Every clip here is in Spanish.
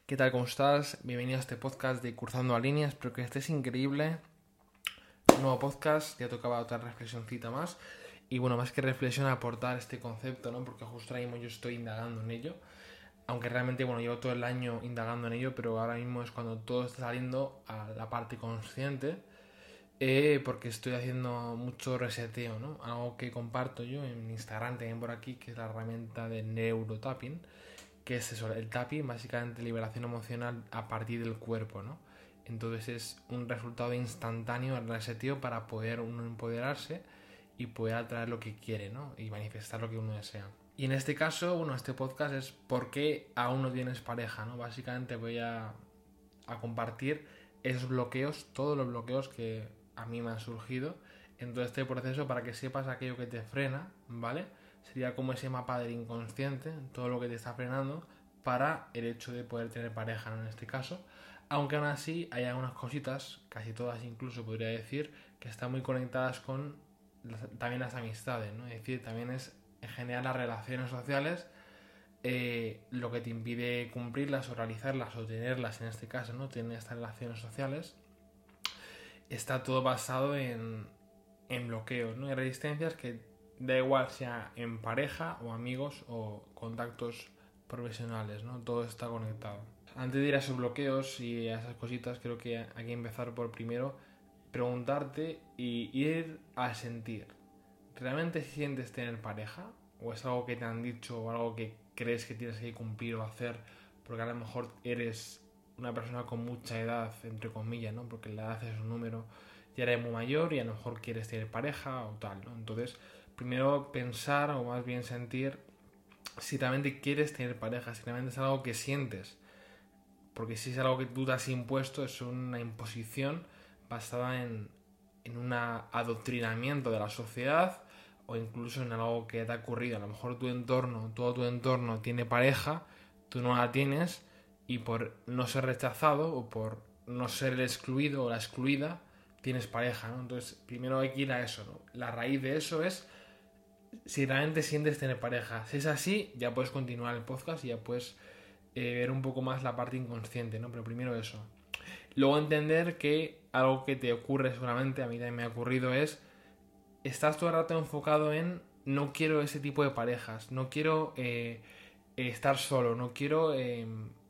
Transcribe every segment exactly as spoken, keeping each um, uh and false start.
¿Qué tal? ¿Cómo estás? Bienvenido a este podcast de Cursando a Líneas. Espero que estés increíble. Un nuevo podcast, ya tocaba otra reflexioncita más. Y bueno, más que reflexión, aportar este concepto, ¿no? Porque justo ahora mismo yo estoy indagando en ello. Aunque realmente, bueno, llevo todo el año indagando en ello, pero ahora mismo es cuando todo está saliendo a la parte consciente. Eh, porque estoy haciendo mucho reseteo, ¿no? Algo que comparto yo en Instagram también por aquí, que es la herramienta de neurotapping, que es eso, el tapping, básicamente liberación emocional a partir del cuerpo, ¿no? Entonces es un resultado instantáneo el reseteo para poder uno empoderarse y poder atraer lo que quiere, ¿no? Y manifestar lo que uno desea. Y en este caso, bueno, este podcast es ¿por qué aún no tienes pareja?, ¿no? Básicamente voy a, a compartir esos bloqueos, todos los bloqueos que a mí me han surgido en todo este proceso para que sepas aquello que te frena, ¿vale? Sería como ese mapa del inconsciente, todo lo que te está frenando para el hecho de poder tener pareja, ¿no? En este caso. Aunque aún así hay algunas cositas, casi todas incluso podría decir, que están muy conectadas con las, también las amistades, ¿no? Es decir, también es en general las relaciones sociales eh, lo que te impide cumplirlas o realizarlas o tenerlas en este caso, ¿no? Tener estas relaciones sociales. Está todo basado en, en bloqueos, ¿no? Y resistencias que da igual sea en pareja o amigos o contactos profesionales, ¿no? Todo está conectado. Antes de ir a esos bloqueos y a esas cositas, creo que hay que empezar por primero preguntarte y ir a sentir. ¿Realmente sientes tener pareja? ¿O es algo que te han dicho o algo que crees que tienes que cumplir o hacer porque a lo mejor eres una persona con mucha edad, entre comillas, ¿no? Porque la edad es un número, ya eres muy mayor y a lo mejor quieres tener pareja o tal, ¿no? Entonces, primero pensar o más bien sentir si realmente quieres tener pareja, si realmente es algo que sientes. Porque si es algo que tú te has impuesto, es una imposición basada en, en un adoctrinamiento de la sociedad o incluso en algo que te ha ocurrido. A lo mejor tu entorno, todo tu entorno tiene pareja, tú no la tienes y por no ser rechazado o por no ser el excluido o la excluida, tienes pareja, ¿no? Entonces, primero hay que ir a eso, ¿no? La raíz de eso es si realmente sientes tener pareja. Si es así, ya puedes continuar el podcast y ya puedes eh, ver un poco más la parte inconsciente, ¿no? Pero primero eso. Luego entender que algo que te ocurre seguramente, a mí también me ha ocurrido, es estás todo el rato enfocado en no quiero ese tipo de parejas, no quiero eh, estar solo, no quiero eh,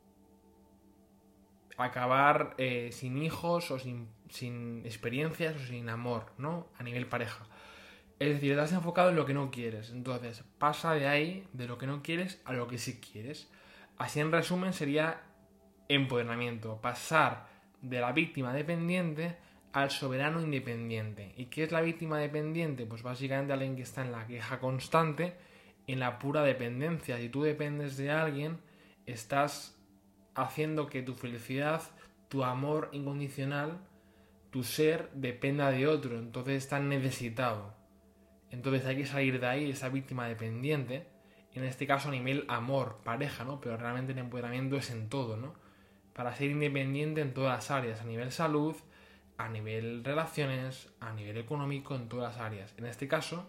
acabar eh, sin hijos o sin, sin experiencias o sin amor, ¿no? A nivel pareja. Es decir, estás enfocado en lo que no quieres. Entonces, pasa de ahí, de lo que no quieres, a lo que sí quieres. Así, en resumen, sería empoderamiento. Pasar de la víctima dependiente al soberano independiente. ¿Y qué es la víctima dependiente? Pues básicamente alguien que está en la queja constante, en la pura dependencia. Si tú dependes de alguien, estás haciendo que tu felicidad, tu amor incondicional, tu ser dependa de otro. Entonces estás necesitado. Entonces hay que salir de ahí, esa víctima dependiente, en este caso a nivel amor, pareja, ¿no? Pero realmente el empoderamiento es en todo, ¿no? Para ser independiente en todas las áreas, a nivel salud, a nivel relaciones, a nivel económico, en todas las áreas. En este caso,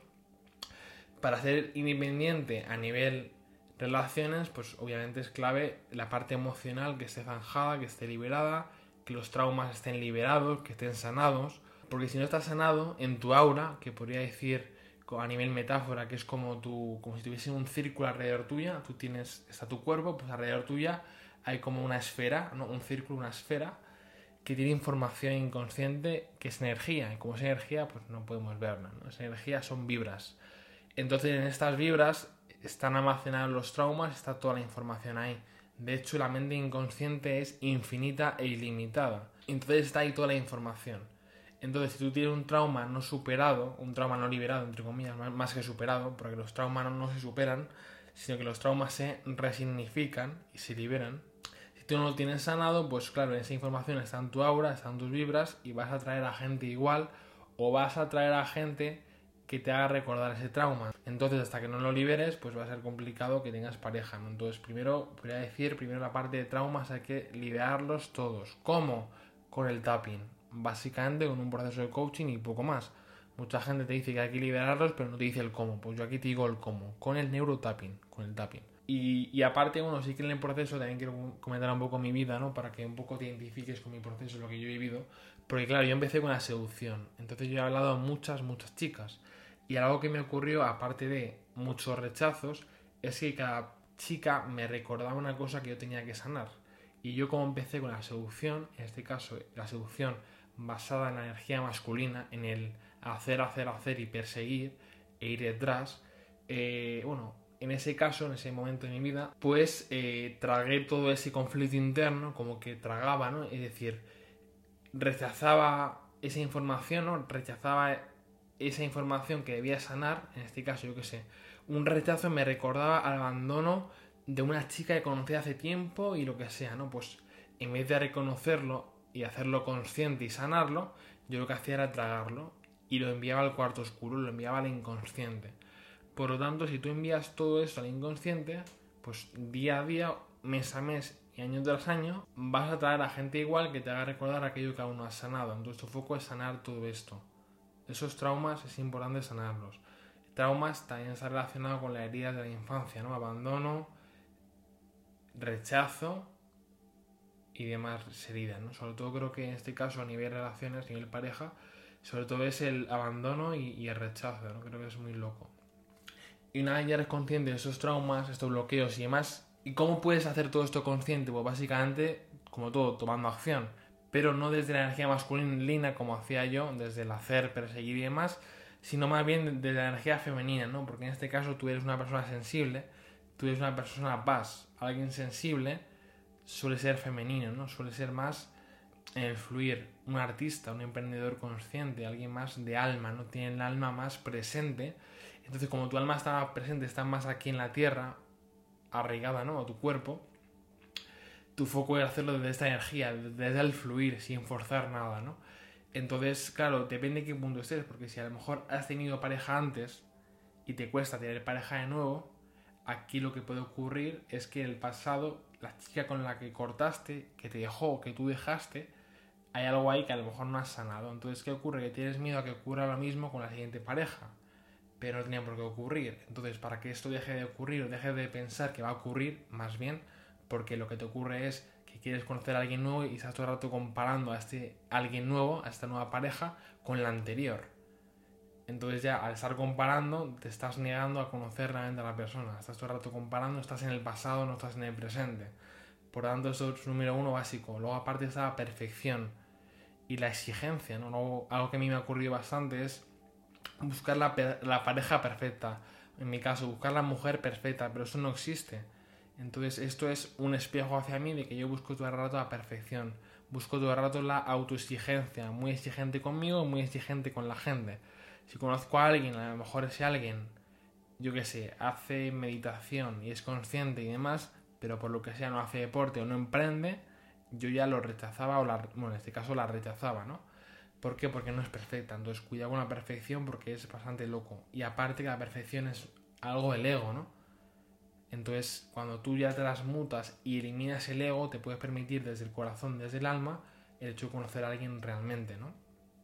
para ser independiente a nivel relaciones, pues obviamente es clave la parte emocional que esté zanjada, que esté liberada, que los traumas estén liberados, que estén sanados, porque si no estás sanado, en tu aura, que podría decir a nivel metáfora, que es como tu, como si tuviese un círculo alrededor tuya, tú tienes, está tu cuerpo, pues alrededor tuya hay como una esfera, ¿no? Un círculo, una esfera, que tiene información inconsciente, que es energía, y como es energía, pues no podemos verla, ¿no? Esa energía son vibras. Entonces en estas vibras están almacenados los traumas, está toda la información ahí. De hecho, la mente inconsciente es infinita e ilimitada. Entonces está ahí toda la información. Entonces, si tú tienes un trauma no superado, un trauma no liberado, entre comillas, más que superado, porque los traumas no, no se superan, sino que los traumas se resignifican y se liberan. Si tú no lo tienes sanado, pues claro, esa información está en tu aura, está en tus vibras y vas a atraer a gente igual o vas a atraer a gente que te haga recordar ese trauma. Entonces, hasta que no lo liberes, pues va a ser complicado que tengas pareja, ¿no? Entonces, primero, podría decir, primero la parte de traumas hay que liberarlos todos. ¿Cómo? Con el tapping. Básicamente con un proceso de coaching y poco más. Mucha gente te dice que hay que liberarlos, pero no te dice el cómo. Pues yo aquí te digo el cómo. Con el neurotapping, con el tapping. Y, y aparte, bueno, sí que en el proceso también quiero comentar un poco mi vida, ¿no? Para que un poco te identifiques con mi proceso, lo que yo he vivido. Porque claro, yo empecé con la seducción. Entonces yo he hablado a muchas, muchas chicas. Y algo que me ocurrió, aparte de muchos rechazos, es que cada chica me recordaba una cosa que yo tenía que sanar. Y yo como empecé con la seducción, en este caso la seducción basada en la energía masculina, en el hacer, hacer, hacer y perseguir e ir detrás, eh, bueno, en ese caso, en ese momento de mi vida, pues eh, tragué todo ese conflicto interno, como que tragaba, ¿no? Es decir, rechazaba esa información, ¿no? Rechazaba esa información que debía sanar, en este caso, yo qué sé, un rechazo me recordaba al abandono de una chica que conocí hace tiempo y lo que sea, ¿no? Pues en vez de reconocerlo y hacerlo consciente y sanarlo, yo lo que hacía era tragarlo y lo enviaba al cuarto oscuro, lo enviaba al inconsciente. Por lo tanto, si tú envías todo eso al inconsciente, pues día a día, mes a mes y año tras año, vas a traer a gente igual que te haga recordar aquello que aún no has sanado. Entonces tu foco es sanar todo esto. Esos traumas es importante sanarlos. Traumas también está relacionado con la herida de la infancia, ¿no? Abandono, rechazo y demás heridas, ¿no? Sobre todo creo que en este caso a nivel de relaciones, a nivel pareja, sobre todo es el abandono y, y el rechazo, ¿no? Creo que es muy loco. Y una vez ya eres consciente de esos traumas, estos bloqueos y demás, ¿y cómo puedes hacer todo esto consciente? Pues básicamente, como todo, tomando acción, pero no desde la energía masculina como hacía yo, desde el hacer, perseguir y demás, sino más bien desde la energía femenina, ¿no? Porque en este caso tú eres una persona sensible, tú eres una persona paz, alguien sensible suele ser femenino, ¿no? Suele ser más el fluir, un artista, un emprendedor consciente, alguien más de alma, ¿no? Tiene el alma más presente. Entonces, como tu alma está más presente, está más aquí en la tierra, arraigada, ¿no? A tu cuerpo, tu foco es hacerlo desde esta energía, desde el fluir, sin forzar nada, ¿no? Entonces, claro, depende de qué punto estés, porque si a lo mejor has tenido pareja antes y te cuesta tener pareja de nuevo, aquí lo que puede ocurrir es que en el pasado, la chica con la que cortaste, que te dejó, que tú dejaste, hay algo ahí que a lo mejor no has sanado. Entonces, ¿qué ocurre? Que tienes miedo a que ocurra lo mismo con la siguiente pareja, pero no tenía por qué ocurrir. Entonces, para que esto deje de ocurrir o deje de pensar que va a ocurrir, más bien, porque lo que te ocurre es que quieres conocer a alguien nuevo y estás todo el rato comparando a este alguien nuevo, a esta nueva pareja, con la anterior. Entonces ya al estar comparando te estás negando a conocer realmente a la persona. Estás todo el rato comparando, estás en el pasado, no estás en el presente. Por lo tanto, eso es número uno básico. Luego aparte está la perfección y la exigencia, ¿no? Luego, algo que a mí me ha ocurrido bastante es buscar la, la pareja perfecta. En mi caso, buscar la mujer perfecta, pero eso no existe. Entonces esto es un espejo hacia mí de que yo busco todo el rato la perfección. Busco todo el rato la autoexigencia. Muy exigente conmigo, muy exigente con la gente. Si conozco a alguien, a lo mejor ese alguien, yo qué sé, hace meditación y es consciente y demás, pero por lo que sea no hace deporte o no emprende, yo ya lo rechazaba o la, bueno, en este caso la rechazaba, ¿no? ¿Por qué? Porque no es perfecta. Entonces cuidado con la perfección porque es bastante loco. Y aparte que la perfección es algo del ego, ¿no? Entonces cuando tú ya te transmutas y eliminas el ego, te puedes permitir desde el corazón, desde el alma, el hecho de conocer a alguien realmente, ¿no?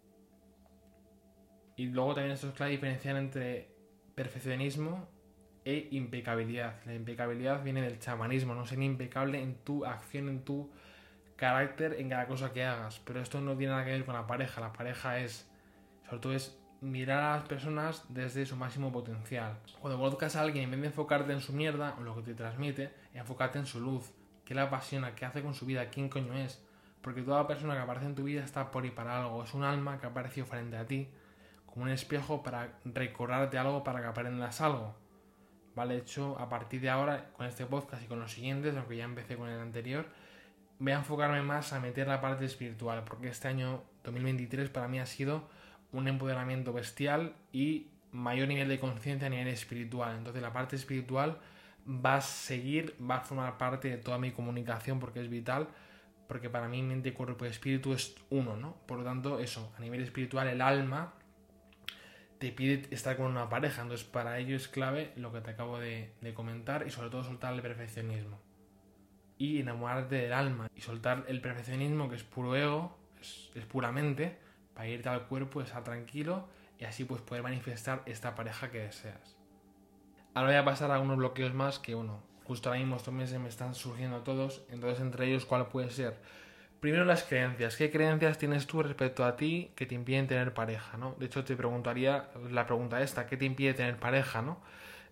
Y luego también esto es clave diferenciar entre perfeccionismo e impecabilidad. La impecabilidad viene del chamanismo, no ser impecable en tu acción, en tu carácter, en cada cosa que hagas. Pero esto no tiene nada que ver con la pareja. La pareja es, sobre todo es mirar a las personas desde su máximo potencial. Cuando conozcas a alguien, en vez de enfocarte en su mierda o lo que te transmite, enfócate en su luz. ¿Qué le apasiona? ¿Qué hace con su vida? ¿Quién coño es? Porque toda persona que aparece en tu vida está por y para algo. Es un alma que ha aparecido frente a ti como un espejo para recordarte algo, para que aprendas algo. Vale, de hecho, a partir de ahora, con este podcast y con los siguientes, aunque ya empecé con el anterior, voy a enfocarme más a meter la parte espiritual, porque este año dos mil veintitrés para mí ha sido un empoderamiento bestial y mayor nivel de conciencia a nivel espiritual. Entonces la parte espiritual va a seguir, va a formar parte de toda mi comunicación porque es vital, porque para mí mente, cuerpo y espíritu es uno, ¿no? Por lo tanto, eso, a nivel espiritual, el alma te pide estar con una pareja, entonces para ello es clave lo que te acabo de, de comentar y sobre todo soltar el perfeccionismo y enamorarte del alma y soltar el perfeccionismo que es puro ego, es, es puramente para irte al cuerpo, estar tranquilo y así pues poder manifestar esta pareja que deseas. Ahora voy a pasar a unos bloqueos más que, bueno, justo ahora mismo estos meses me están surgiendo todos, entonces entre ellos, ¿cuál puede ser? Primero, las creencias. ¿Qué creencias tienes tú respecto a ti que te impiden tener pareja, ¿no? De hecho, te preguntaría la pregunta esta, ¿qué te impide tener pareja, ¿no?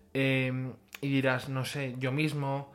Eh, y dirás, no sé, yo mismo,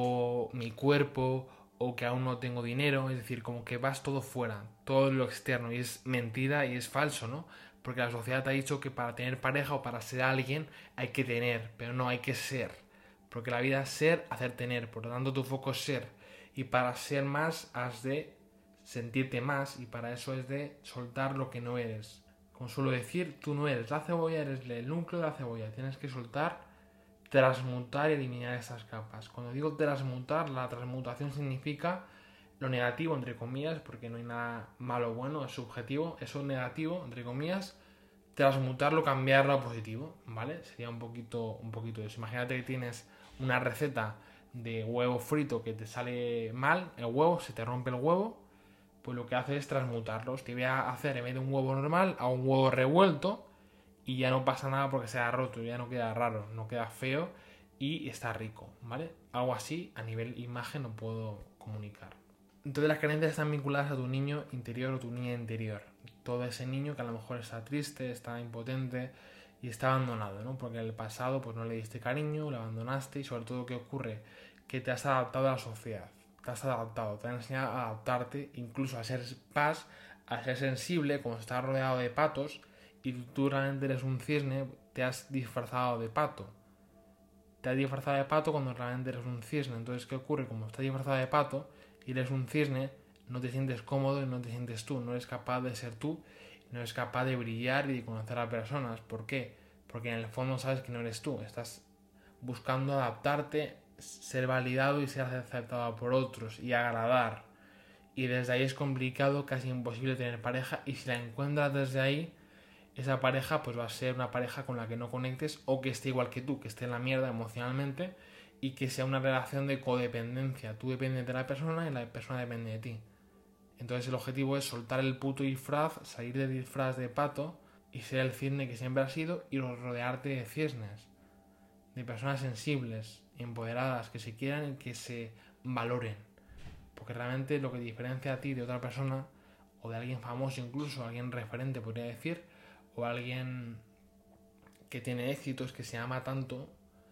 o mi cuerpo, o que aún no tengo dinero, es decir, como que vas todo fuera, todo lo externo, y es mentira y es falso, ¿no? Porque la sociedad te ha dicho que para tener pareja o para ser alguien hay que tener, pero no hay que ser. Porque la vida es ser, hacer tener, por lo tanto tu foco es ser. Y para ser más has de sentirte más, y para eso es de soltar lo que no eres. Como suelo decir, tú no eres la cebolla, eres el núcleo de la cebolla. Tienes que soltar, transmutar y eliminar esas capas. Cuando digo transmutar, la transmutación significa lo negativo, entre comillas, porque no hay nada malo o bueno, es subjetivo. Eso negativo, entre comillas, transmutarlo, cambiarlo a positivo, ¿vale? Sería un poquito, un poquito eso. Imagínate que tienes una receta de huevo frito que te sale mal, el huevo, se te rompe el huevo, pues lo que hace es transmutarlos. Te voy a hacer, en vez de un huevo normal, a un huevo revuelto, y ya no pasa nada porque se ha roto, ya no queda raro, no queda feo y está rico, ¿vale? Algo así a nivel imagen lo puedo comunicar. Entonces las creencias están vinculadas a tu niño interior o tu niña interior. Todo ese niño que a lo mejor está triste, está impotente y está abandonado, ¿no? Porque en el pasado pues no le diste cariño, lo abandonaste, y sobre todo, ¿qué ocurre? Que te has adaptado a la sociedad. Te has adaptado, te han enseñado a adaptarte, incluso a ser paz, a ser sensible, como estás rodeado de patos, y tú realmente eres un cisne, te has disfrazado de pato. Te has disfrazado de pato cuando realmente eres un cisne. Entonces, ¿qué ocurre? Como estás disfrazado de pato y eres un cisne, no te sientes cómodo y no te sientes tú. No eres capaz de ser tú, no eres capaz de brillar y de conocer a personas. ¿Por qué? Porque en el fondo sabes que no eres tú. Estás buscando adaptarte, ser validado y ser aceptado por otros y agradar. Y desde ahí es complicado, casi imposible tener pareja, y si la encuentras desde ahí, esa pareja pues va a ser una pareja con la que no conectes, o que esté igual que tú, que esté en la mierda emocionalmente, y que sea una relación de codependencia. Tú dependes de la persona y la persona depende de ti. Entonces el objetivo es soltar el puto disfraz, salir del disfraz de pato y ser el cisne que siempre has sido, y rodearte de cisnes, de personas sensibles, empoderadas, que se quieran y que se valoren. Porque realmente lo que diferencia a ti de otra persona, o de alguien famoso, incluso alguien referente podría decir, o alguien que tiene éxito, es que se ama tanto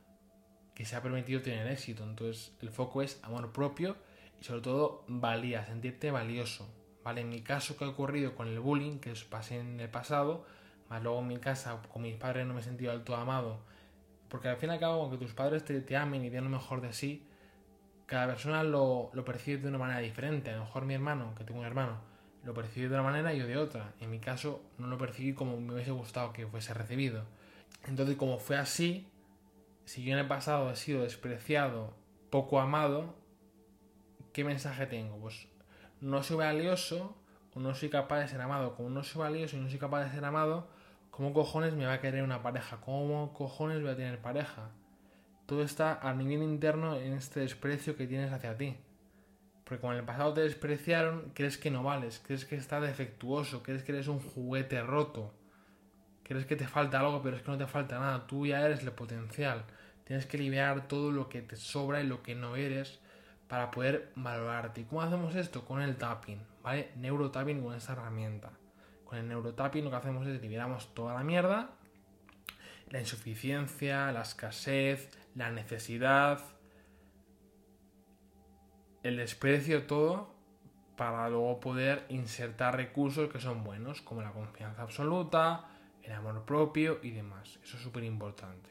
que se ha permitido tener éxito. Entonces el foco es amor propio y sobre todo valía, sentirte valioso, ¿vale? En mi caso, ¿qué ha ocurrido con el bullying? Que pasé en el pasado, más luego en mi casa con mis padres no me he sentido del todo amado, porque al fin y al cabo, aunque tus padres te, te amen y den lo mejor de sí, cada persona lo, lo percibe de una manera diferente. A lo mejor mi hermano, que tengo un hermano, lo percibí de una manera y yo de otra. En mi caso no lo percibí como me hubiese gustado que fuese recibido. Entonces, como fue así, si yo en el pasado he sido despreciado, poco amado, ¿qué mensaje tengo? Pues no soy valioso, o no soy capaz de ser amado. Como no soy valioso y no soy capaz de ser amado, ¿cómo cojones me va a querer una pareja? ¿Cómo cojones voy a tener pareja? Todo está a nivel interno en este desprecio que tienes hacia ti. Porque como en el pasado te despreciaron, crees que no vales, crees que estás defectuoso, crees que eres un juguete roto, crees que te falta algo, pero es que no te falta nada. Tú ya eres el potencial. Tienes que liberar todo lo que te sobra y lo que no eres para poder valorarte. ¿Y cómo hacemos esto? Con el tapping, ¿vale? Neurotapping, con esta herramienta. Con el neurotapping lo que hacemos es liberamos toda la mierda, la insuficiencia, la escasez, la necesidad, el desprecio, todo, para luego poder insertar recursos que son buenos, como la confianza absoluta, el amor propio y demás. Eso es súper importante.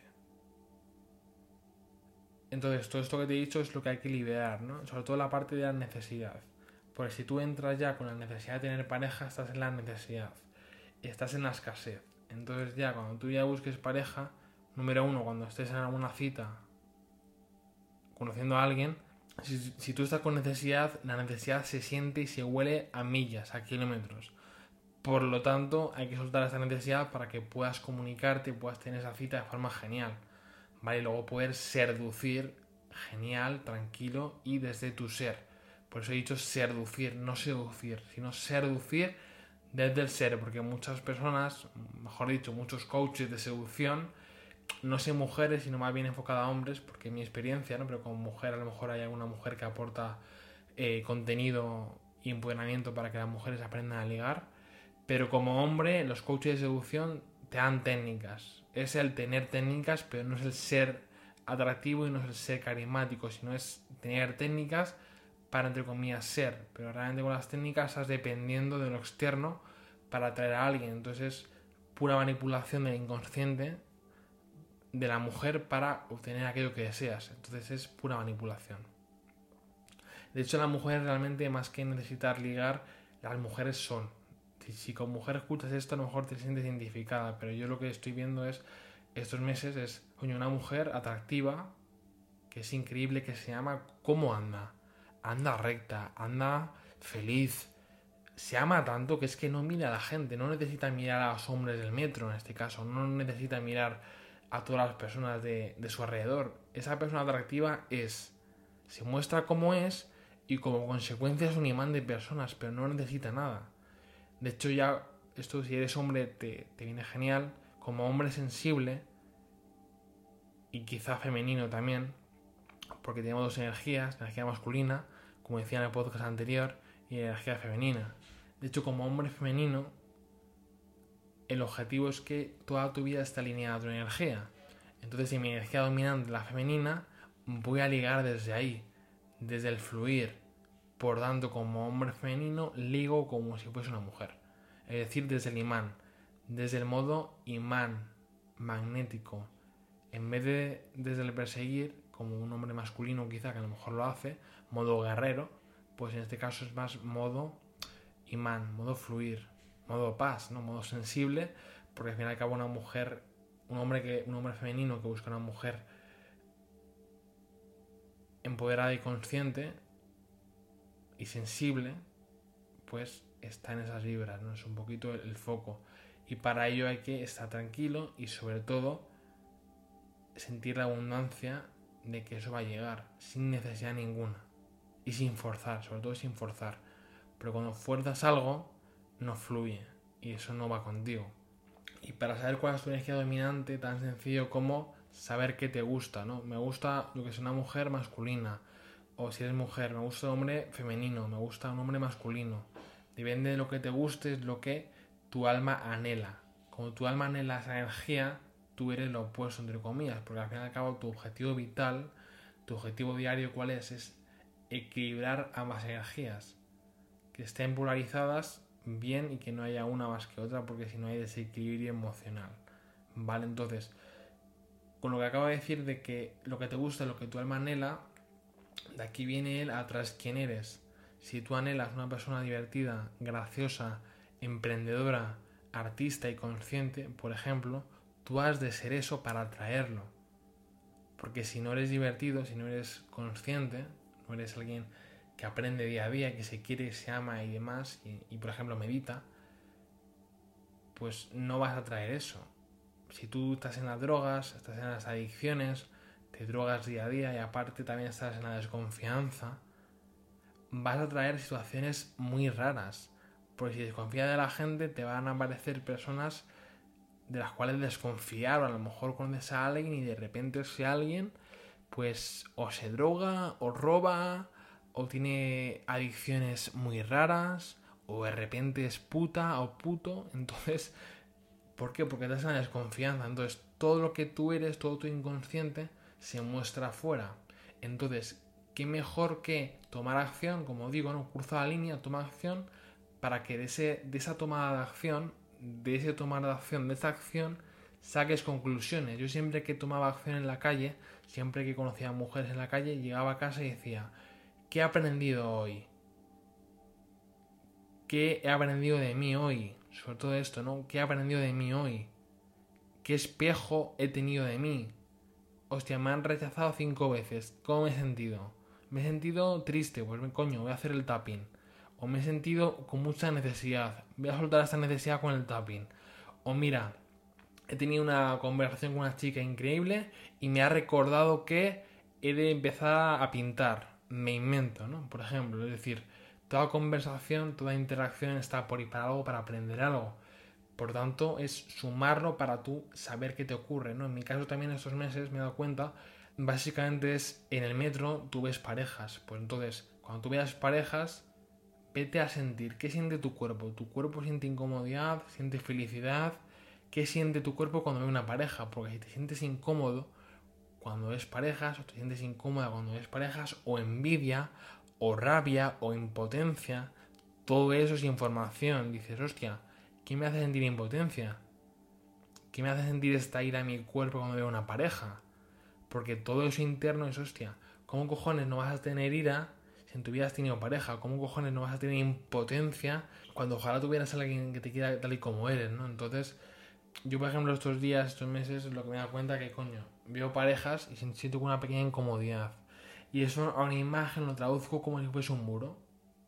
Entonces, todo esto que te he dicho es lo que hay que liberar, ¿no? Sobre todo la parte de la necesidad. Porque si tú entras ya con la necesidad de tener pareja, estás en la necesidad. Estás en la escasez. Entonces ya, cuando tú ya busques pareja, número uno, cuando estés en alguna cita conociendo a alguien, si, si tú estás con necesidad, la necesidad se siente y se huele a millas, a kilómetros. Por lo tanto, hay que soltar esta necesidad para que puedas comunicarte y puedas tener esa cita de forma genial, ¿vale? Y luego poder seducir genial, tranquilo y desde tu ser. Por eso he dicho seducir, no seducir, sino seducir desde el ser, porque muchas personas, mejor dicho, muchos coaches de seducción no sé mujeres, sino más bien enfocada a hombres, porque mi experiencia, ¿no? Pero como mujer a lo mejor hay alguna mujer que aporta eh, contenido y empoderamiento para que las mujeres aprendan a ligar. Pero como hombre, los coaches de seducción te dan técnicas. Es el tener técnicas, pero no es el ser atractivo y no es el ser carismático, sino es tener técnicas para, entre comillas, ser. Pero realmente con las técnicas estás dependiendo de lo externo para atraer a alguien. Entonces es pura manipulación del inconsciente de la mujer para obtener aquello que deseas. Entonces es pura manipulación. De hecho, las mujeres realmente, más que necesitar ligar, las mujeres son. Si, si como mujer escuchas esto, a lo mejor te sientes identificada, pero yo lo que estoy viendo es, estos meses, es, coño, una mujer atractiva, que es increíble, que se llama ¿cómo anda? Anda recta, anda feliz, se ama tanto que es que no mira a la gente, no necesita mirar a los hombres del metro en este caso, no necesita mirar a todas las personas de, de su alrededor. Esa persona atractiva es, se muestra como es y como consecuencia es un imán de personas, pero no necesita nada. De hecho, ya esto, si eres hombre, te, te viene genial. Como hombre sensible y quizá femenino también, porque tenemos dos energías, energía masculina, como decía en el podcast anterior, y energía femenina. De hecho, como hombre femenino, el objetivo es que toda tu vida esté alineada a tu energía. Entonces, si mi energía dominante es la femenina, voy a ligar desde ahí, desde el fluir. Por tanto, como hombre femenino, ligo como si fuese una mujer. Es decir, desde el imán, desde el modo imán, magnético. En vez de desde el perseguir, como un hombre masculino quizá que a lo mejor lo hace, modo guerrero, pues en este caso es más modo imán, modo fluir, modo paz, ¿no? Modo sensible, porque al fin y al cabo una mujer, un hombre que, un hombre femenino que busca una mujer empoderada y consciente y sensible, pues está en esas vibras, ¿no? Es un poquito el, el foco. Y para ello hay que estar tranquilo y sobre todo sentir la abundancia de que eso va a llegar sin necesidad ninguna y sin forzar, sobre todo sin forzar. Pero cuando fuerzas algo, no fluye y eso no va contigo. Y para saber cuál es tu energía dominante, tan sencillo como saber qué te gusta, ¿no? Me gusta lo que es una mujer masculina, o si eres mujer, me gusta un hombre femenino, me gusta un hombre masculino. Depende de lo que te guste, es lo que tu alma anhela. Como tu alma anhela esa energía, tú eres lo opuesto, entre comillas, porque al fin y al cabo tu objetivo vital, tu objetivo diario, ¿cuál es? Es equilibrar ambas energías, que estén polarizadas bien y que no haya una más que otra, porque si no hay desequilibrio emocional. Vale, entonces, con lo que acabo de decir de que lo que te gusta, lo que tu alma anhela, de aquí viene el atrás quién eres. Si tú anhelas una persona divertida, graciosa, emprendedora, artista y consciente, por ejemplo, tú has de ser eso para atraerlo. Porque si no eres divertido, si no eres consciente, no eres alguien que aprende día a día, que se quiere, se ama y demás, y, y por ejemplo medita, pues no vas a atraer eso. Si tú estás en las drogas, estás en las adicciones, te drogas día a día y aparte también estás en la desconfianza, vas a traer situaciones muy raras. Porque si desconfías de la gente, te van a aparecer personas de las cuales desconfiar, o a lo mejor conoces a alguien y de repente ese alguien pues o se droga, o roba, o tiene adicciones muy raras, o de repente es puta o puto. Entonces, ¿por qué? Porque te das una desconfianza. Entonces, todo lo que tú eres, todo tu inconsciente, se muestra afuera. Entonces, ¿qué mejor que tomar acción? Como digo, ¿no? Cruza la línea, toma acción, para que de, ese, de esa tomada de acción, de ese tomar de acción, de esa acción, saques conclusiones. Yo siempre que tomaba acción en la calle, siempre que conocía a mujeres en la calle, llegaba a casa y decía, ¿qué he aprendido hoy? ¿Qué he aprendido de mí hoy? Sobre todo esto, ¿no? ¿Qué he aprendido de mí hoy? ¿Qué espejo he tenido de mí? Hostia, me han rechazado cinco veces. ¿Cómo me he sentido? Me he sentido triste, pues coño, voy a hacer el tapping. O me he sentido con mucha necesidad. Voy a soltar esta necesidad con el tapping. O mira, he tenido una conversación con una chica increíble y me ha recordado que he de empezar a pintar. Me invento, ¿no? Por ejemplo, es decir, toda conversación, toda interacción está por ir para algo, para aprender algo. Por tanto, es sumarlo para tú saber qué te ocurre, ¿no? En mi caso también estos meses me he dado cuenta, básicamente es en el metro tú ves parejas. Pues entonces, cuando tú veas parejas, vete a sentir qué siente tu cuerpo. Tu cuerpo siente incomodidad, siente felicidad. ¿Qué siente tu cuerpo cuando ve una pareja? Porque si te sientes incómodo cuando ves parejas, o te sientes incómoda cuando ves parejas, o envidia, o rabia, o impotencia, todo eso es información. Dices, hostia, ¿qué me hace sentir impotencia? ¿Qué me hace sentir esta ira en mi cuerpo cuando veo una pareja? Porque todo eso interno es, hostia, ¿cómo cojones no vas a tener ira si en tu vida has tenido pareja? ¿Cómo cojones no vas a tener impotencia cuando ojalá tuvieras a alguien que te quiera tal y como eres, ¿no? Entonces, yo por ejemplo estos días, estos meses, lo que me da cuenta que, coño, veo parejas y siento una pequeña incomodidad. Y eso a una imagen lo traduzco como si fuese un muro.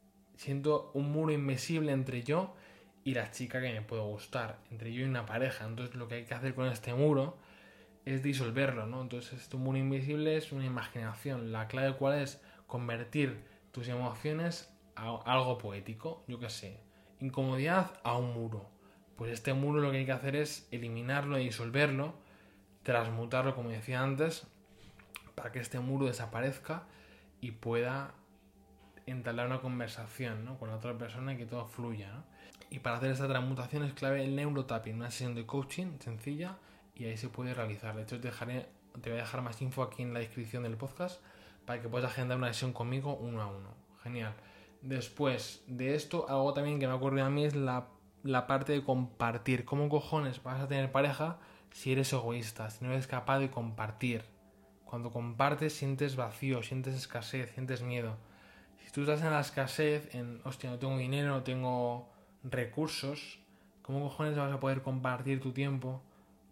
Siento un muro invisible entre yo y la chica que me puede gustar, entre yo y una pareja. Entonces lo que hay que hacer con este muro es disolverlo, ¿no? Entonces este muro invisible es una imaginación. La clave cuál es convertir tus emociones a algo poético, yo qué sé, incomodidad a un muro. Pues este muro lo que hay que hacer es eliminarlo y disolverlo, transmutarlo, como decía antes, para que este muro desaparezca y pueda entablar una conversación, ¿no?, con la otra persona y que todo fluya, ¿no? Y para hacer esta transmutación es clave el neurotapping, una sesión de coaching sencilla, y ahí se puede realizar. De hecho, te, dejaré, te voy a dejar más info aquí en la descripción del podcast para que puedas agendar una sesión conmigo uno a uno. Genial. Después de esto, algo también que me ha ocurrido a mí es la, la parte de compartir. ¿Cómo cojones vas a tener pareja si eres egoísta, si no eres capaz de compartir? Cuando compartes sientes vacío, sientes escasez, sientes miedo. Si tú estás en la escasez, en, hostia, no tengo dinero, no tengo recursos, ¿cómo cojones vas a poder compartir tu tiempo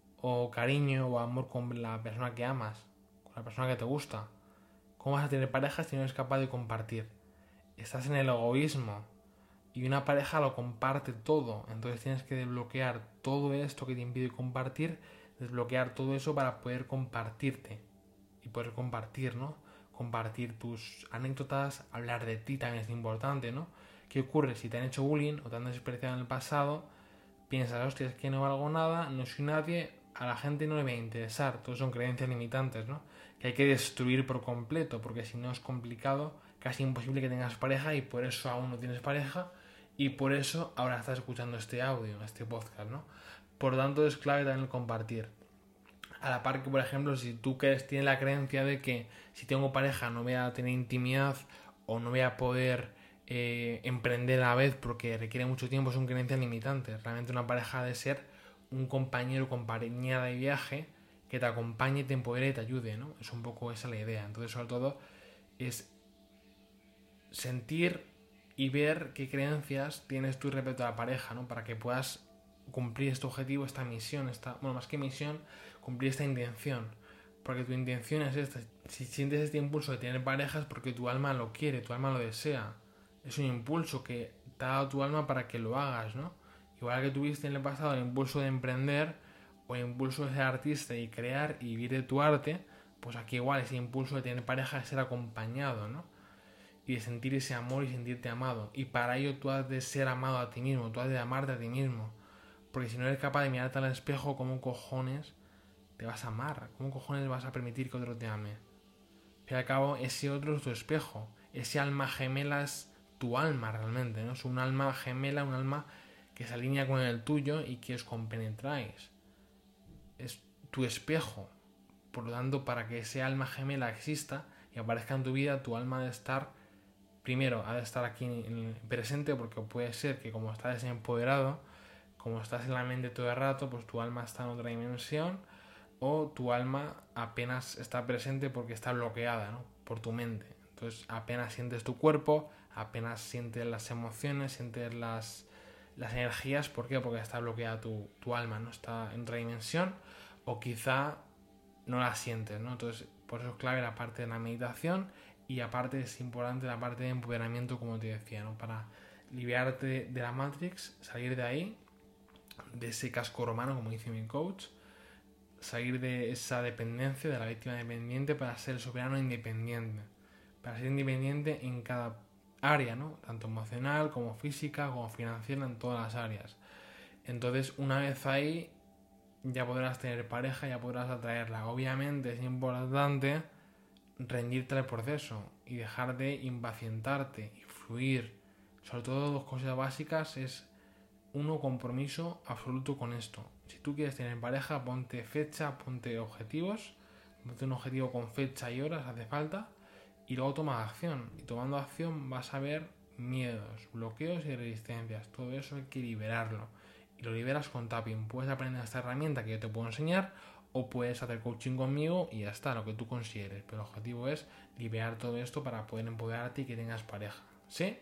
o cariño o amor con la persona que amas, con la persona que te gusta? ¿Cómo vas a tener pareja si no eres capaz de compartir? Estás en el egoísmo y una pareja lo comparte todo, entonces tienes que desbloquear todo esto que te impide compartir, desbloquear todo eso para poder compartirte y poder compartir, ¿no? Compartir tus anécdotas, hablar de ti también es importante, ¿no? ¿Qué ocurre si te han hecho bullying o te han despreciado en el pasado? Piensas, hostia, es que no valgo nada, no soy nadie, a la gente no le va a interesar. Todos son creencias limitantes, ¿no? Que hay que destruir por completo, porque si no es complicado, casi imposible que tengas pareja, y por eso aún no tienes pareja, y por eso ahora estás escuchando este audio, este podcast, ¿no? Por tanto, es clave también el compartir. A la par que, por ejemplo, si tú crees, tienes la creencia de que si tengo pareja no voy a tener intimidad o no voy a poder eh, emprender a la vez porque requiere mucho tiempo, son creencias limitantes. Realmente una pareja ha de ser un compañero o compañera de viaje que te acompañe, te empodere y te ayude, ¿no? Es un poco esa la idea. Entonces, sobre todo, es sentir y ver qué creencias tienes tú respecto a la pareja, ¿no? Para que puedas cumplir este objetivo, esta misión, esta, bueno, más que misión, cumplir esta intención. Porque tu intención es esta. Si sientes este impulso de tener parejas, porque tu alma lo quiere, tu alma lo desea. Es un impulso que te ha dado tu alma para que lo hagas, ¿no? Igual que tuviste en el pasado el impulso de emprender o el impulso de ser artista y crear y vivir de tu arte, pues aquí igual ese impulso de tener pareja es ser acompañado, ¿no? Y de sentir ese amor y sentirte amado. Y para ello tú has de ser amado a ti mismo, tú has de amarte a ti mismo. Porque si no eres capaz de mirarte al espejo, ¿cómo cojones te vas a amar? ¿Cómo cojones vas a permitir que otro te ame? Pero al cabo, ese otro es tu espejo. Ese alma gemela es tu alma realmente, ¿no? Es un alma gemela, un alma que se alinea con el tuyo y que os compenetráis. Es tu espejo. Por lo tanto, para que ese alma gemela exista y aparezca en tu vida, tu alma ha de estar, primero, ha de estar aquí en el presente, porque puede ser que como estás desempoderado, como estás en la mente todo el rato, pues tu alma está en otra dimensión, o tu alma apenas está presente porque está bloqueada, ¿no?, por tu mente. Entonces apenas sientes tu cuerpo, apenas sientes las emociones, sientes las, las energías. ¿Por qué? Porque está bloqueada tu, tu alma, ¿no? Está en otra dimensión, o quizá no la sientes, ¿no? Entonces por eso es clave la parte de la meditación, y aparte es importante la parte de empoderamiento, como te decía, ¿no? Para liberarte de la Matrix, salir de ahí, de ese casco romano, como dice mi coach, salir de esa dependencia, de la víctima dependiente, para ser soberano e independiente, para ser independiente en cada área, ¿no? Tanto emocional como física como financiera, en todas las áreas. Entonces, una vez ahí, ya podrás tener pareja, ya podrás atraerla. Obviamente es importante rendirte al proceso y dejar de impacientarte y fluir. Sobre todo dos cosas básicas es uno, compromiso absoluto con esto. Si tú quieres tener pareja, ponte fecha, ponte objetivos, ponte un objetivo con fecha y horas, hace falta, y luego toma acción. Y tomando acción vas a ver miedos, bloqueos y resistencias. Todo eso hay que liberarlo. Y lo liberas con tapping. Puedes aprender esta herramienta que yo te puedo enseñar, o puedes hacer coaching conmigo y ya está, lo que tú consideres. Pero el objetivo es liberar todo esto para poder empoderarte y que tengas pareja. ¿Sí?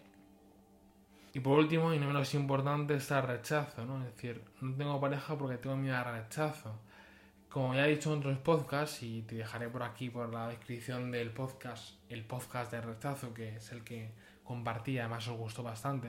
Y por último, y no menos importante, está el rechazo, ¿no? Es decir, no tengo pareja porque tengo miedo al rechazo. Como ya he dicho en otros podcasts, y te dejaré por aquí, por la descripción del podcast, el podcast de rechazo, que es el que compartí, además os gustó bastante,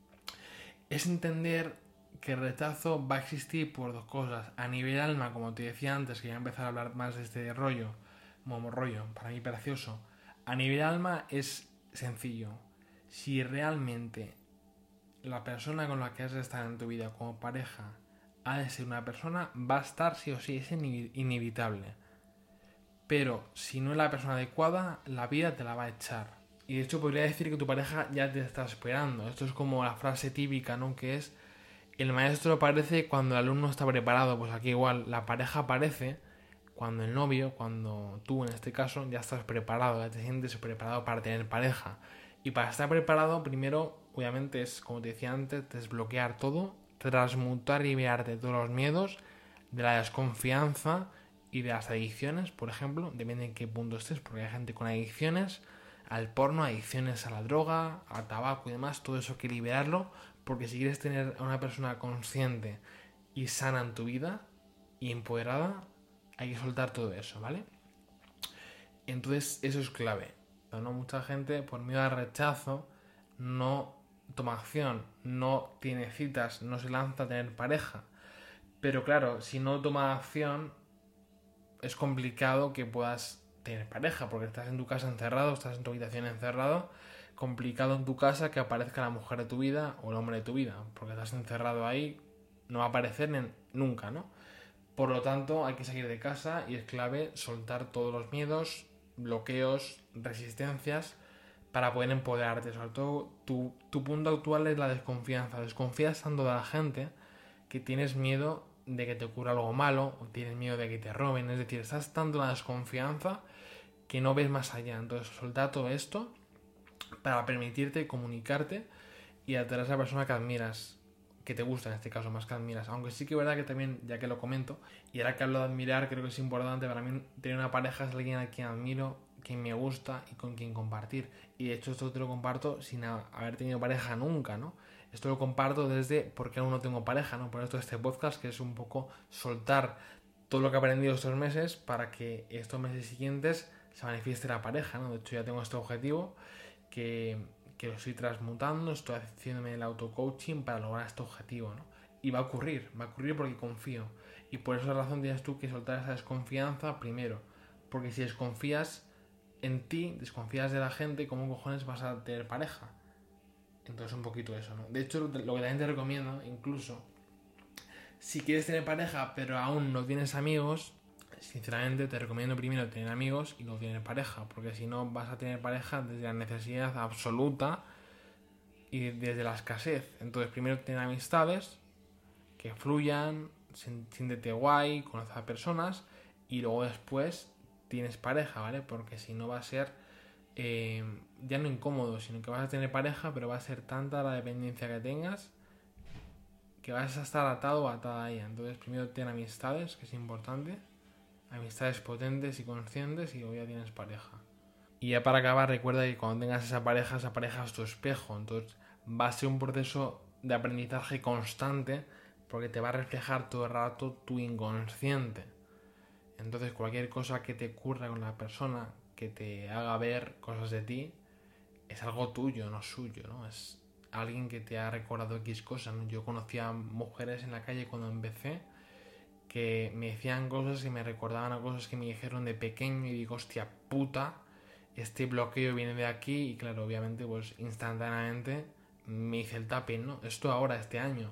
es entender que el rechazo va a existir por dos cosas. A nivel alma, como te decía antes, que ya empezar a hablar más de este rollo, como rollo, para mí precioso. A nivel alma es sencillo. Si realmente la persona con la que has de estar en tu vida como pareja ha de ser una persona, va a estar sí o sí, es inevitable. Pero si no es la persona adecuada, la vida te la va a echar. Y de hecho podría decir que tu pareja ya te está esperando. Esto es como la frase típica, ¿no? Que es: el maestro aparece cuando el alumno está preparado. Pues aquí igual, la pareja aparece cuando el novio, cuando tú en este caso, ya estás preparado, ya te sientes preparado para tener pareja. Y para estar preparado, primero, obviamente, es, como te decía antes, desbloquear todo, transmutar y liberarte de todos los miedos, de la desconfianza y de las adicciones, por ejemplo, depende en qué punto estés, porque hay gente con adicciones al porno, adicciones a la droga, al tabaco y demás. Todo eso hay que liberarlo, porque si quieres tener a una persona consciente y sana en tu vida y empoderada, hay que soltar todo eso, ¿vale? Entonces eso es clave, ¿no? Mucha gente, por miedo al rechazo, no toma acción, no tiene citas, no se lanza a tener pareja. Pero claro, si no toma acción, es complicado que puedas tener pareja, porque estás en tu casa encerrado, estás en tu habitación encerrado. Complicado en tu casa que aparezca la mujer de tu vida o el hombre de tu vida, porque estás encerrado ahí, no va a aparecer en, nunca, ¿no? Por lo tanto, hay que salir de casa y es clave soltar todos los miedos, bloqueos, resistencias, para poder empoderarte. Sobre todo, tu, tu punto actual es la desconfianza. Desconfías tanto de la gente que tienes miedo de que te ocurra algo malo, o tienes miedo de que te roben. Es decir, estás tanto en la desconfianza que no ves más allá. Entonces, soltar todo esto para permitirte comunicarte y atraer a esa persona que admiras, que te gusta en este caso, más que admiras. Aunque sí que es verdad que también, ya que lo comento, y ahora que hablo de admirar, creo que es importante para mí tener una pareja, es alguien a quien admiro, quien me gusta y con quien compartir. Y de hecho esto te lo comparto sin haber tenido pareja nunca, ¿no? Esto lo comparto desde porque aún no tengo pareja, ¿no? Por esto este podcast, que es un poco soltar todo lo que he aprendido estos meses para que estos meses siguientes se manifieste la pareja, ¿no? De hecho ya tengo este objetivo que, que lo estoy transmutando, estoy haciéndome el auto-coaching para lograr este objetivo, ¿no? Y va a ocurrir, va a ocurrir porque confío. Y por esa razón tienes tú que soltar esa desconfianza primero. Porque si desconfías en ti, desconfías de la gente, ¿cómo cojones vas a tener pareja? Entonces un poquito eso, ¿no? De hecho, lo que también te recomiendo, incluso, si quieres tener pareja pero aún no tienes amigos, sinceramente te recomiendo primero tener amigos y luego tener pareja, porque si no vas a tener pareja desde la necesidad absoluta y desde la escasez. Entonces primero tener amistades que fluyan, siéntete guay, conocer a personas y luego después tienes pareja, ¿vale? Porque si no va a ser eh, ya no incómodo, sino que vas a tener pareja, pero va a ser tanta la dependencia que tengas que vas a estar atado o atada a ella. Entonces primero ten amistades, que es importante, amistades potentes y conscientes, y luego ya tienes pareja. Y ya para acabar, recuerda que cuando tengas esa pareja, esa pareja es tu espejo. Entonces va a ser un proceso de aprendizaje constante, porque te va a reflejar todo el rato tu inconsciente. Entonces cualquier cosa que te ocurra con la persona, que te haga ver cosas de ti, es algo tuyo, no suyo, ¿no? Es alguien que te ha recordado X cosas, ¿no? Yo conocía mujeres en la calle cuando empecé que me decían cosas y me recordaban a cosas que me dijeron de pequeño, y digo, hostia puta, este bloqueo viene de aquí. Y claro, obviamente pues instantáneamente me hice el tapping, ¿no? Esto ahora, este año,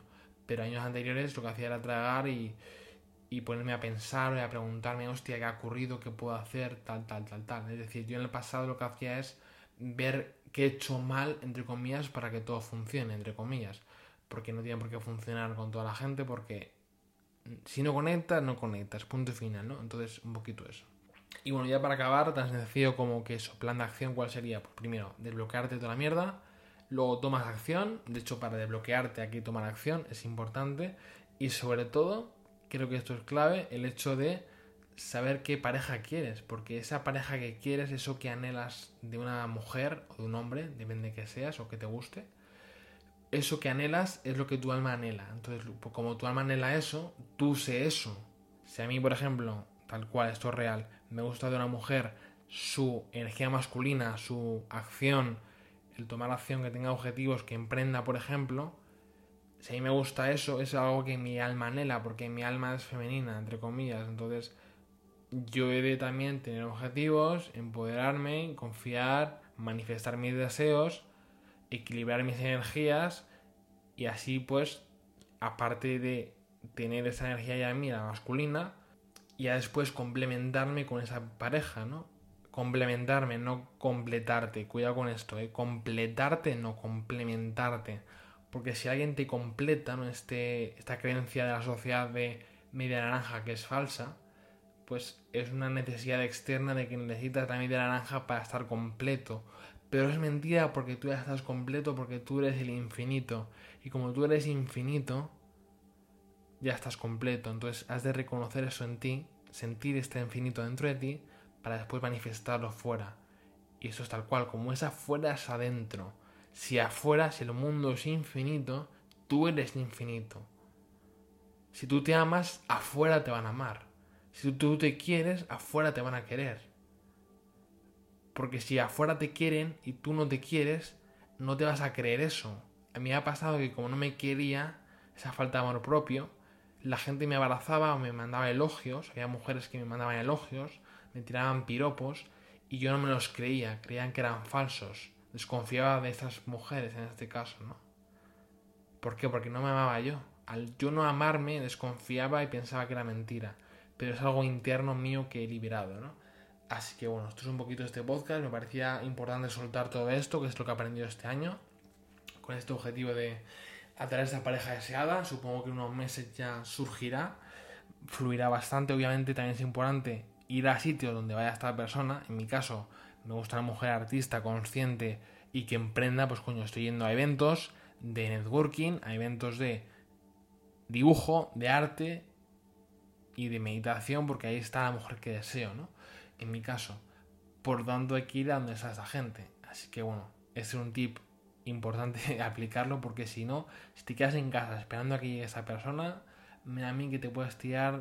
Pero años anteriores lo que hacía era tragar y, y ponerme a pensar y a preguntarme, hostia, ¿qué ha ocurrido? ¿Qué puedo hacer? Tal, tal, tal, tal. Es decir, yo en el pasado lo que hacía es ver qué he hecho mal, entre comillas, para que todo funcione, entre comillas. Porque no tiene por qué funcionar con toda la gente, porque si no conectas, no conectas, punto final, ¿no? Entonces, un poquito eso. Y bueno, ya para acabar, tan sencillo como que eso, plan de acción, ¿cuál sería? Pues primero, desbloquearte toda la mierda, luego tomas acción, de hecho para desbloquearte aquí tomar acción es importante, y sobre todo, creo que esto es clave, el hecho de saber qué pareja quieres, porque esa pareja que quieres, eso que anhelas de una mujer o de un hombre, depende de que seas o que te guste, eso que anhelas es lo que tu alma anhela. Entonces, como tu alma anhela eso, tú sé eso. Si a mí, por ejemplo, tal cual, esto es real, me gusta de una mujer su energía masculina, su acción, el tomar acción, que tenga objetivos, que emprenda, por ejemplo, si a mí me gusta eso, es algo que mi alma anhela, porque mi alma es femenina, entre comillas. Entonces, yo he de también tener objetivos, empoderarme, confiar, manifestar mis deseos, equilibrar mis energías y así pues, aparte de tener esa energía ya mía, la masculina, ya después complementarme con esa pareja, ¿no? Complementarme, no completarte. Cuidado con esto, ¿eh? Completarte, no complementarte. Porque si alguien te completa, ¿no? Este, esta creencia de la sociedad de media naranja que es falsa, pues es una necesidad externa de que necesitas la media naranja para estar completo. Pero es mentira porque tú ya estás completo, porque tú eres el infinito. Y como tú eres infinito, ya estás completo. Entonces has de reconocer eso en ti, sentir este infinito dentro de ti, para después manifestarlo fuera. Y eso es tal cual, como es afuera es adentro. Si afuera, si el mundo es infinito, tú eres infinito. Si tú te amas, afuera te van a amar. Si tú te quieres, afuera te van a querer. Porque si afuera te quieren y tú no te quieres, no te vas a creer eso. A mí me ha pasado que como no me quería, esa falta de amor propio, la gente me abrazaba o me mandaba elogios, había mujeres que me mandaban elogios, me tiraban piropos y yo no me los creía, creían que eran falsos. Desconfiaba de estas mujeres en este caso, ¿no? ¿Por qué? Porque no me amaba yo. Al yo no amarme, desconfiaba y pensaba que era mentira. Pero es algo interno mío que he liberado, ¿no? Así que bueno, esto es un poquito este podcast. Me parecía importante soltar todo esto, que es lo que he aprendido este año, con este objetivo de atraer esa pareja deseada. Supongo que en unos meses ya surgirá, fluirá bastante. Obviamente también es importante ir a sitios donde vaya esta persona. En mi caso, me gusta una mujer artista, consciente y que emprenda. Pues coño, estoy yendo a eventos de networking, a eventos de dibujo, de arte y de meditación, porque ahí está la mujer que deseo, ¿no? En mi caso. Por tanto, hay que ir a donde está esa gente. Así que bueno, este es un tip importante aplicarlo, porque si no, si te quedas en casa esperando a que llegue esa persona, me da a mí que te puedes tirar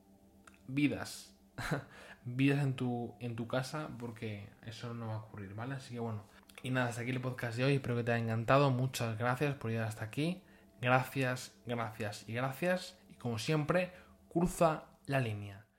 vidas. vidas en tu, en tu casa, porque eso no va a ocurrir, ¿vale? Así que bueno. Y nada, hasta aquí el podcast de hoy. Espero que te haya encantado. Muchas gracias por llegar hasta aquí. Gracias, gracias y gracias. Y como siempre, cruza la línea.